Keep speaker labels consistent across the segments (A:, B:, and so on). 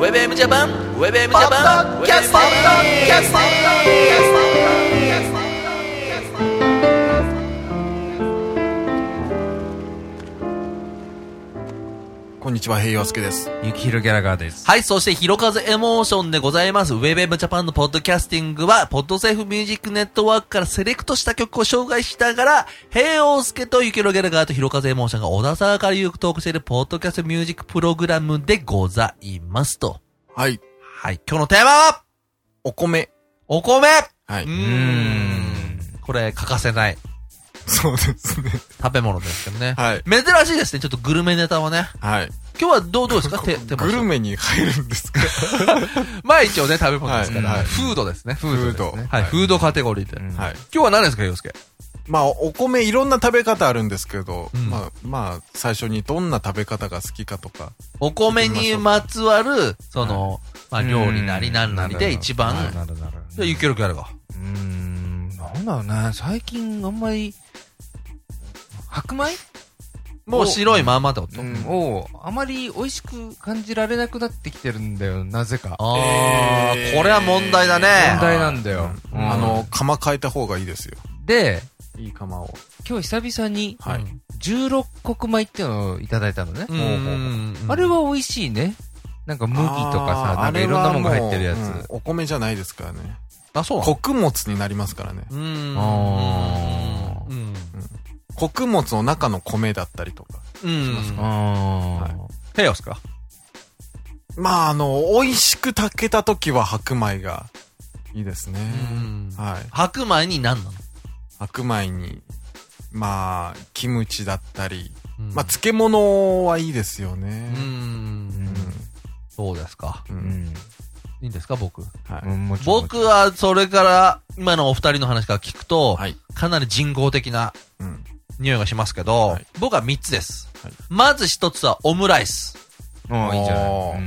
A: WebM ジャパン WebM ジャパンキャスト
B: こんにちは、平洋介です。
C: ゆきひろギャラガーです。
A: はい、そしてひろかずエモーションでございます。WebM ジャパンのポッドキャスティングは、ポッドセーフミュージックネットワークからセレクトした曲を紹介しながら、平洋介とゆきひろギャラガーとひろかずエモーションが小田沢から有トークしているポッドキャストミュージックプログラムでございますと。
B: はい。
A: はい、今日のテーマは
B: お米。
A: お米。
B: はい。
A: これ欠かせない。
B: そうですね。
A: 食べ物ですけどね。
B: はい。
A: 珍しいですね、ちょっとグルメネタはね。
B: はい。
A: 今日はどうですかグ
B: ルメに入るんですか
A: まあ一応ね、食べ物ですから。
B: はい、
A: フードですね。
B: フード。
A: はい、フードカテゴリーで。
B: はい。
A: 今日は何ですか、洋介？
B: まあ、お米いろんな食べ方あるんですけど、まあ、最初にどんな食べ方が好きかとか。
A: お米にまつわる、まあ料理なりなんなりで一番、じゃあゆきろギャラが。
C: なんだろうね、最近あんまり、白米
A: もう白いままってこと？
C: あまり美味しく感じられなくなってきてるんだよ、なぜか。
A: これは問題だね。
C: 問題なんだよ。
B: 釜変えた方がいいですよ。
C: で、
B: いい釜を。
C: 今日久々に、16穀米っていうのをいただいたのね。あれは美味しいね。なんか麦とかさ、なんかいろんなものが入ってるやつ。
B: お米じゃないですからね。
A: あ、そう。
B: 穀物になりますからね。穀物の中の米だったりとかしますから。
A: ヘイオスか。
B: まあ美味しく炊けた時は白米がいいですね。はい。
A: 白米に何なの？
B: 白米に、まあ、キムチだったり、まあ、漬物はいいですよね。
A: そうですか。いいんですか、僕。
B: 僕
A: は、それから、今のお二人の話から聞くと、かなり人工的な匂いがしますけど、僕は3つです。まず1つはオムライス。
C: いいじゃない。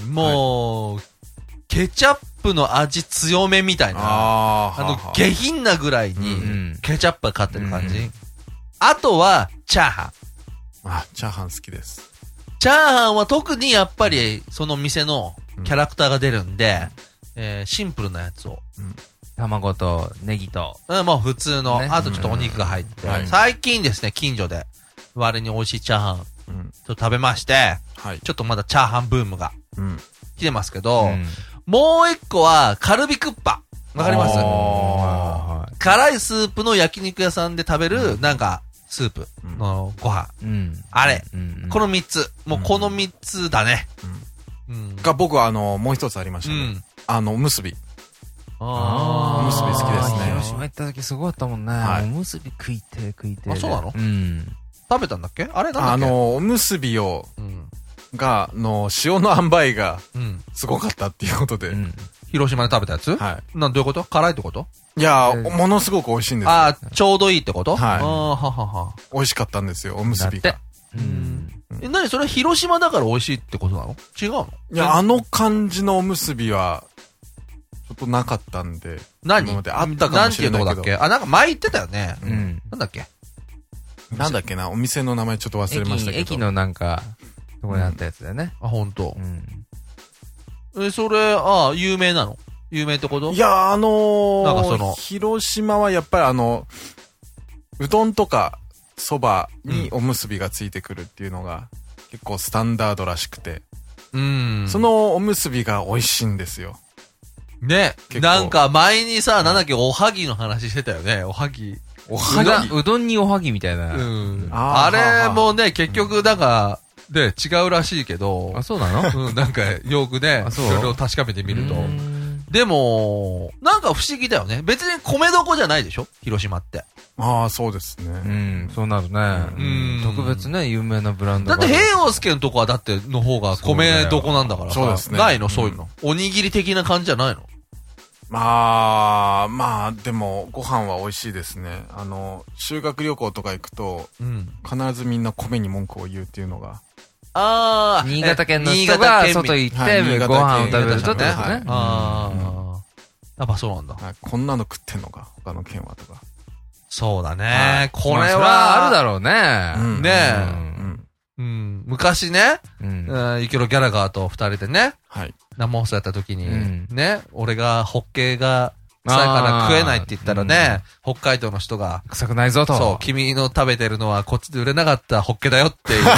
A: もう、ケチャップの味強めみたいな、下品なぐらいに、ケチャップがかってる感じ。あとは、チャーハン。
B: チャーハン好きです。
A: チャーハンは特にやっぱり、その店のキャラクターが出るんで、シンプルなやつを。
C: 卵とネギと。
A: もう普通の、あとちょっとお肉が入って、最近ですね、近所で、割に美味しいチャーハン、ちょっと食べまして、ちょっとまだチャーハンブームが、来てますけど、もう一個は、カルビクッパ。わかります？辛いスープの焼肉屋さんで食べる、なんか、スープのご飯。あれ。この3つ。もうこの3つだね。
B: が僕はもう一つありましたね。おむすび。おむすび好きですね。
C: 広島行った時すごかったもんね。おむすび食いて。
A: あ、そうなの？食べたんだっけ？あれなんだっけ？
B: おむすびを、塩の塩梅が、すごかったっていうことで。
A: 広島で食べたやつ？はい。どういうこと？辛いってこと？
B: いや、ものすごく美味しいんですよ。
A: ちょうどいいってこと？
B: はい。美味しかったんですよ、おむすびが。
A: 何それ広島だから美味しいってことなの？違うの？
B: いや、感じのおむすびは、ちょっとなかったんで。
A: 何？
B: あったかもしれないけど。
A: なんていうとこだっけ？なんか前言ってたよね。なんだっけ？
B: なんだっけな、お店の名前ちょっと忘れましたけど。
C: 駅のなんか、とこにあったやつだよね。
A: ほんと。それ、有名なの？有名ってこと？
B: いや、なんか広島はやっぱりうどんとか蕎麦におむすびがついてくるっていうのが結構スタンダードらしくて。そのおむすびが美味しいんですよ。
A: ね。なんか前にさ、なんだっけ、おはぎの話してたよね。おはぎ。
C: うどんにおはぎみたいな。
A: あれもね、結局なんか、で、違うらしいけど。
C: あ、そうなの？
A: なんか、よくね、いろいろ確かめてみると。でも、なんか不思議だよね。別に米どこじゃないでしょ？広島って。
B: そうですね。
C: そうなるね。特別ね、有名なブランド
A: だって平洋介のとこはだっての方が米どこなんだからさ。
B: そうですね。
A: ないの？そういうの。おにぎり的な感じじゃないの？
B: まあ、でも、ご飯は美味しいですね。修学旅行とか行くと、必ずみんな米に文句を言うっていうのが。
C: 新潟県の人が外行ってご飯を食べるとってことね。
A: やっぱそうなんだ。
B: こんなの食ってんのか、他の県はとか。
A: そうだね。これ
C: はあるだろうね。
A: ねえ。 昔ね、ユキロギャラガーと二人でね、生放送やった時に、ね、俺がホッケが臭いから食えないって言ったらね、北海道の人が、
C: 臭くないぞと。
A: そう、君の食べてるのはこっちで売れなかったホッケだよっていう。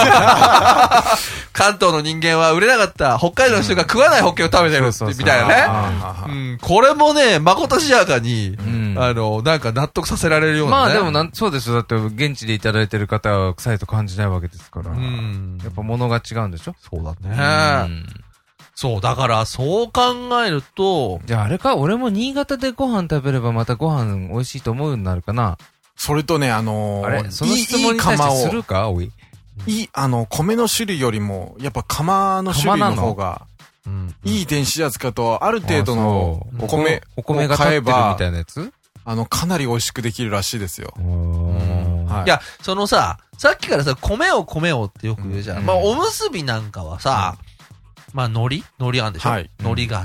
A: 関東の人間は売れなかった北海道の人が食わないホッケを食べてるみたいなね。これもね、まことしやかに、なんか納得させられるようなね。
C: まあでもそうですよ。だって現地でいただいてる方は臭いと感じないわけですから。やっぱ物が違うんでしょ？
A: そうだね。そう、だから、そう考えると。
C: じゃああれか、俺も新潟でご飯食べればまたご飯美味しいと思うようになるかな。
B: それとね、
C: あれその質問に対してするかおい。
B: 米の種類よりも、やっぱ釜の種類の方が、いい電子圧かと、ある程度のお米
C: が買えば、みたいなやつ
B: かなり美味しくできるらしいですよ。
A: いや、そのさっきからさ、米をってよく言うじゃん。まあ、おむすびなんかはさ、まあ、海苔あんでしょ？海苔があって、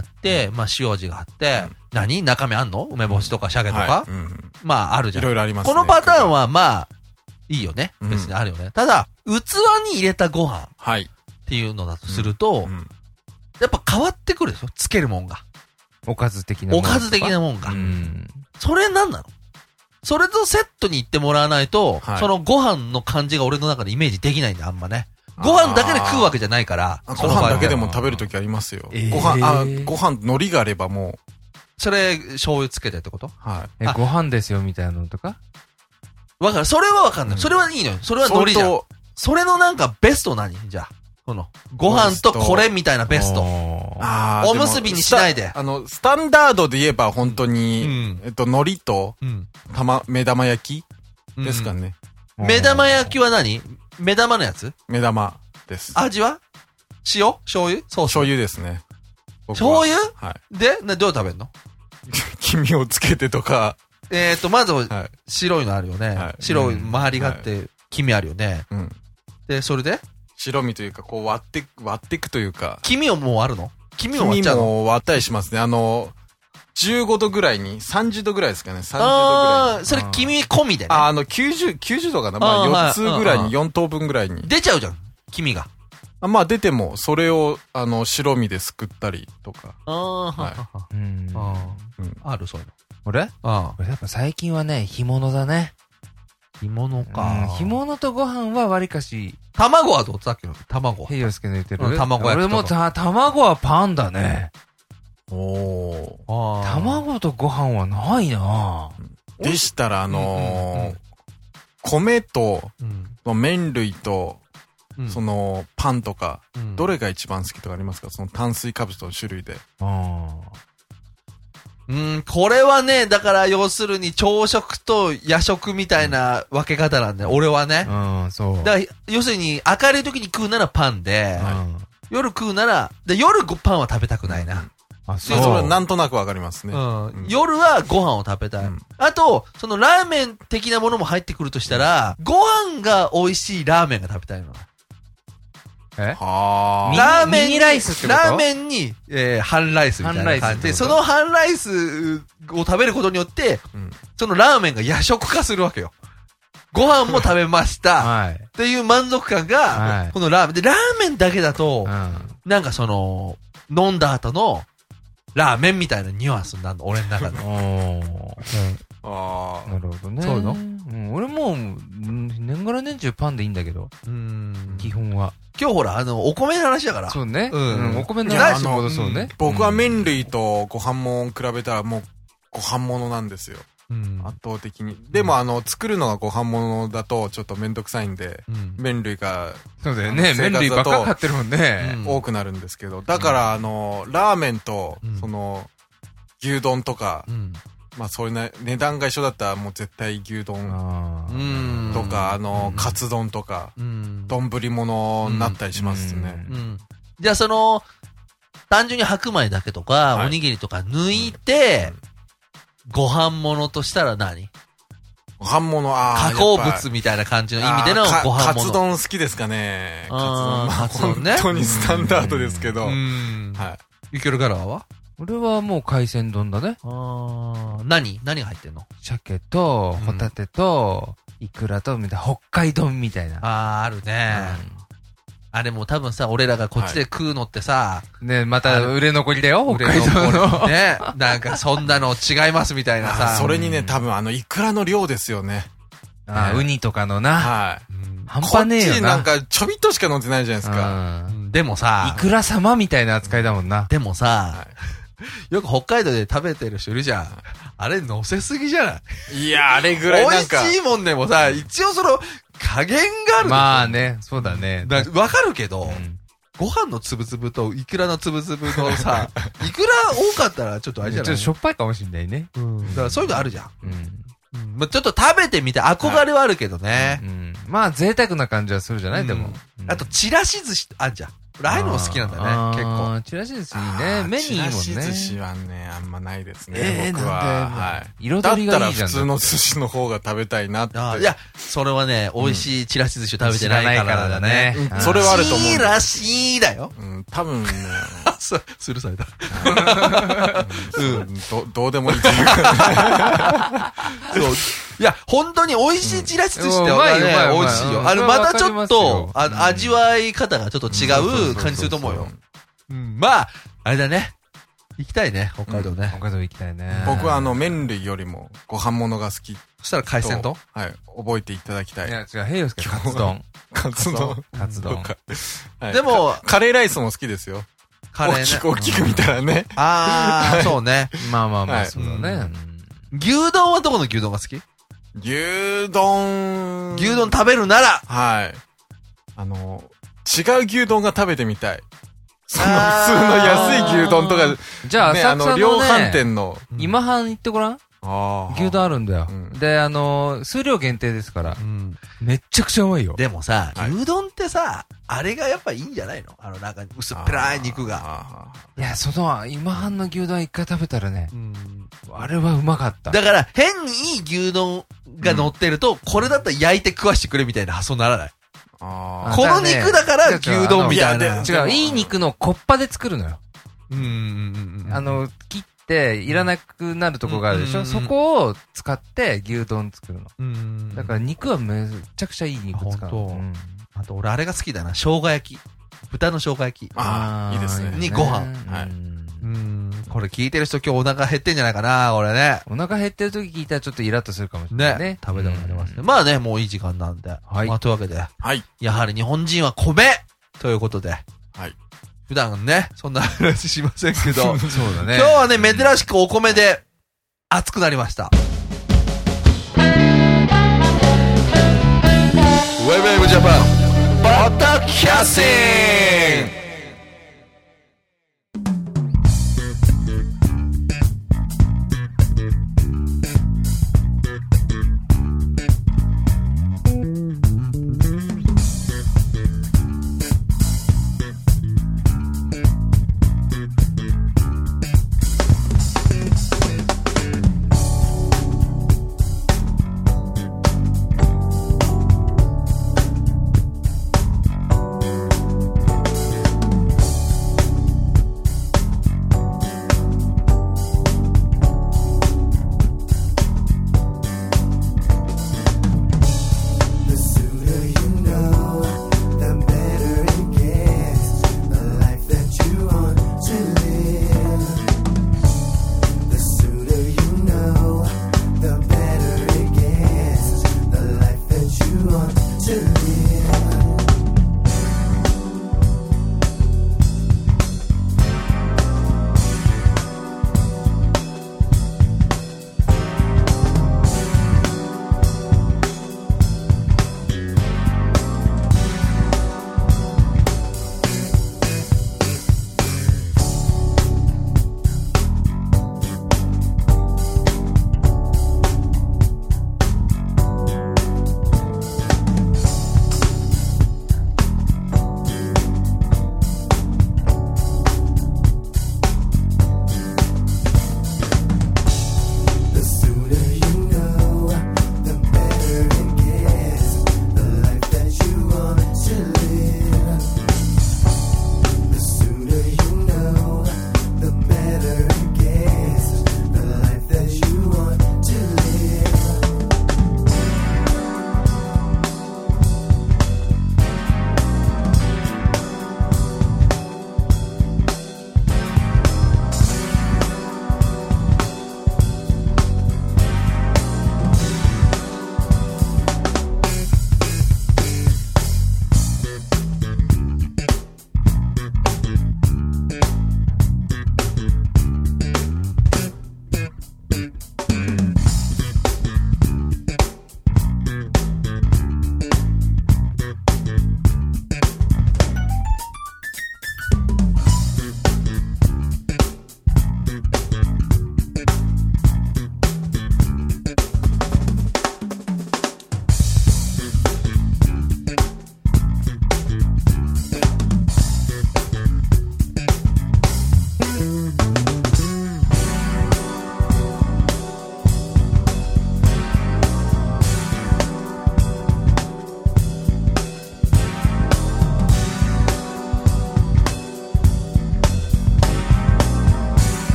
A: まあ、塩味があって、中身あんの？梅干しとか鮭とか？まあ、あるじゃん。
B: いろいろありますね。
A: このパターンは、まあ、いいよね。別にあるよね。ただ、器に入れたご飯っていうのだとすると、やっぱ変わってくるでしょ？つけるもんが。
C: おかず的なもんが。
A: おかず的なもんが。それなんなの？それとセットに行ってもらわないと、そのご飯の感じが俺の中でイメージできないんだ、あんまね。ご飯だけで食うわけじゃないから。
B: ご飯だけでも食べるときありますよ。ご飯、海苔があればもう。
A: それ、醤油つけてってこと？
C: ご飯ですよみたいなのとか？
A: わかる。それはわかんない。それはいいのよ。それは海苔じゃん。それのなんかベスト何？じゃあ。ご飯とこれみたいなベスト。おむすびにしないで。
B: スタンダードで言えば本当に、海苔と、目玉焼きですかね。
A: 目玉焼きは何？目玉のやつ？
B: 目玉です。
A: 味は？塩？醤油？そう。
B: 醤油ですね。
A: 醤油？で、どう食べんの？
B: 黄身をつけてとか。
A: まず、白いのあるよね。白い周りがあって、黄身あるよね。で、それで？
B: 白身というか、こう割っていくというか。
A: 黄身をもう割るの？黄身を割っちゃうの？
B: 黄身も割ったりしますね。15度ぐらいに、30度ぐらいですかね。30度ぐらい。
A: ああ、それ黄身込みでね。
B: 90度かな。まあ4つぐらいに、4等分ぐらいに。
A: 出ちゃうじゃん、黄身が。
B: まあ出ても、それを、白身ですくったりとか。
A: ある、そういうの。
C: 俺やっぱ最近はね、干物だね。
A: 干物か。
C: 干物とご飯はわりかし。
A: 卵はどう？さっきの卵は。
C: 平洋介の言ってる。
A: 卵焼きとか。
C: 俺も卵はパンだね。
B: 卵
C: とご飯はないな
B: でしたら、米と、麺類と、パンとか、どれが一番好きとかありますか？その炭水化物の種類で。
A: これはね、だから要するに朝食と夜食みたいな分け方なんだよ、俺はね。
C: そう。
A: だから、要するに明るい時に食うならパンで、夜食うなら、夜パンは食べたくないな。
B: それはなんとなくわかりますね。
A: 夜はご飯を食べたい。あと、そのラーメン的なものも入ってくるとしたら、ご飯が美味しいラーメンが食べたいの。ラーメンに、ラーメンに、半ライスみたいな感じで、その半ライスを食べることによって、そのラーメンが夜食化するわけよ。ご飯も食べました。っていう満足感が、このラーメン。で、ラーメンだけだと、なんか飲んだ後の、ラーメンみたいなニュアンスになるの、俺の中で。
C: なるほどね。
A: そういうの？
C: 俺も年がら年中パンでいいんだけど。基本は。
A: 今日ほら、お米の話だから。
C: そうね。お米の話に戻そうね。
B: 僕は麺類とご飯もん比べたらもうご飯ものなんですよ。圧倒的に。でも作るのがご飯ものだとちょっとめんどくさいんで、麺類が、
C: そうだよね。麺類ばっか買ってるもんね。
B: 多くなるんですけど。だからラーメンと、牛丼とか、まあそういうね、値段が一緒だったらもう絶対牛丼とか、カツ丼とか、丼物になったりしますね。
A: じゃあ単純に白米だけとか、おにぎりとか抜いて、ご飯物としたら何？
B: ご飯物、
A: 加工物みたいな感じの意味でのご飯物。
B: カツ丼好きですかね。
A: カツ丼ね。
B: 本当にスタンダードですけど。
A: ゆきるガラは？
C: 俺はもう海鮮丼だね。
A: 何が入ってんの？
C: 鮭と、ホタテと、 いくらと、北海道みたいな。
A: あるね。あれも多分さ、俺らがこっちで食うのってさ、
C: ね、また売れ残りだよ、北海道の。
A: ね、なんかそんなの違いますみたいなさ。
B: それにね、多分イクラの量ですよね。
C: ウニとかのな。
B: はい。
C: 半端ねえよな。
B: こっちなんかちょびっとしか乗ってないじゃないですか。
A: でもさ、
C: いくら様みたいな扱いだもんな。
A: でもさ、よく北海道で食べてる人いるじゃん。あれ乗せすぎじゃない？
B: いや、あれぐらいなんか。
A: 美味しいもんでもさ、一応加減がある。
C: まあね、そうだね。
A: わかるけど、ご飯のつぶつぶとイクラのつぶつぶのさ、イクラ多かったらちょっとあれじゃない？
C: ちょっとしょっぱいかもしんないね。
A: だからそういうのあるじゃん。まあちょっと食べてみて憧れはあるけどね。
C: まあ贅沢な感じはするじゃないでも。
A: あと、ちらし寿司あんじゃん。俺、ああいうのも好きなんだね、結構。
C: ちらし寿司いいね。目にいいもんね。
B: ちらし寿司はね、あんまないですね。僕は。はい。
C: 彩りがいいじゃん。
B: だったら普通の寿司の方が食べたいなって。
A: いや、それはね、美味しいちらし寿司を食べてないからだね。
B: それはあると思う。
A: ちらしだよ。
B: 多分ね。
A: スルーされた。
B: どうでもいいというか。
A: そう。いや、本当に美味しいちらし寿司って美味しいよ。またちょっと、味わい方がちょっと違う感じすると思うよ。まあ、あれだね。行きたいね、北海道ね。
C: 北海道行きたいね。
B: 僕は麺類よりもご飯物が好き。
A: そしたら海鮮丼？
B: はい。覚えていただきたい。
C: いや、違う、平洋介カツ丼。
B: カツ丼。
C: カツ丼。
A: でも、
B: カレーライスも好きですよ。カレーね。大きく見たらね。
A: そうね。
C: まあまあまあ、そうだね。
A: 牛丼はどこの牛丼が好き？
B: 牛丼
A: 食べるなら
B: はい。違う牛丼が食べてみたい。普通の安い牛丼とか、
C: じゃあ、
B: 量販店の。
C: 今半行ってごらん？牛丼あるんだよ。で、数量限定ですから。めっちゃくちゃうまいよ。
A: でもさ、牛丼ってさ、あれがやっぱいいんじゃないの？なんか薄っぺらい肉が。
C: いや、今半の牛丼一回食べたらね、あれはうまかった。
A: だから、変にいい牛丼が乗ってると、これだったら焼いて食わしてくれみたいな発想にならない。この肉だから牛丼みたいな。
C: 違う、いい肉のコッパで作るのよ。切っていらなくなるとこがあるでしょ？そこを使って牛丼作るの。だから肉はめちゃくちゃいい肉使う。
A: あと俺あれが好きだな。生姜焼き。豚の生姜焼き。
B: いいですね。
A: にご飯。これ聞いてる人今日お腹減ってんじゃないかな、これね。
C: お腹減ってる時聞いたらちょっとイラッとするかもしれないね。
A: 食べたくなりますね。まあね、もういい時間なんで。まあというわけで。やはり日本人は米ということで。普段ね、そんな話しませんけど。そう
C: だね。
A: 今日はね、珍しくお米で熱くなりました。ウェブウェブジャパン、ポッドキャスティング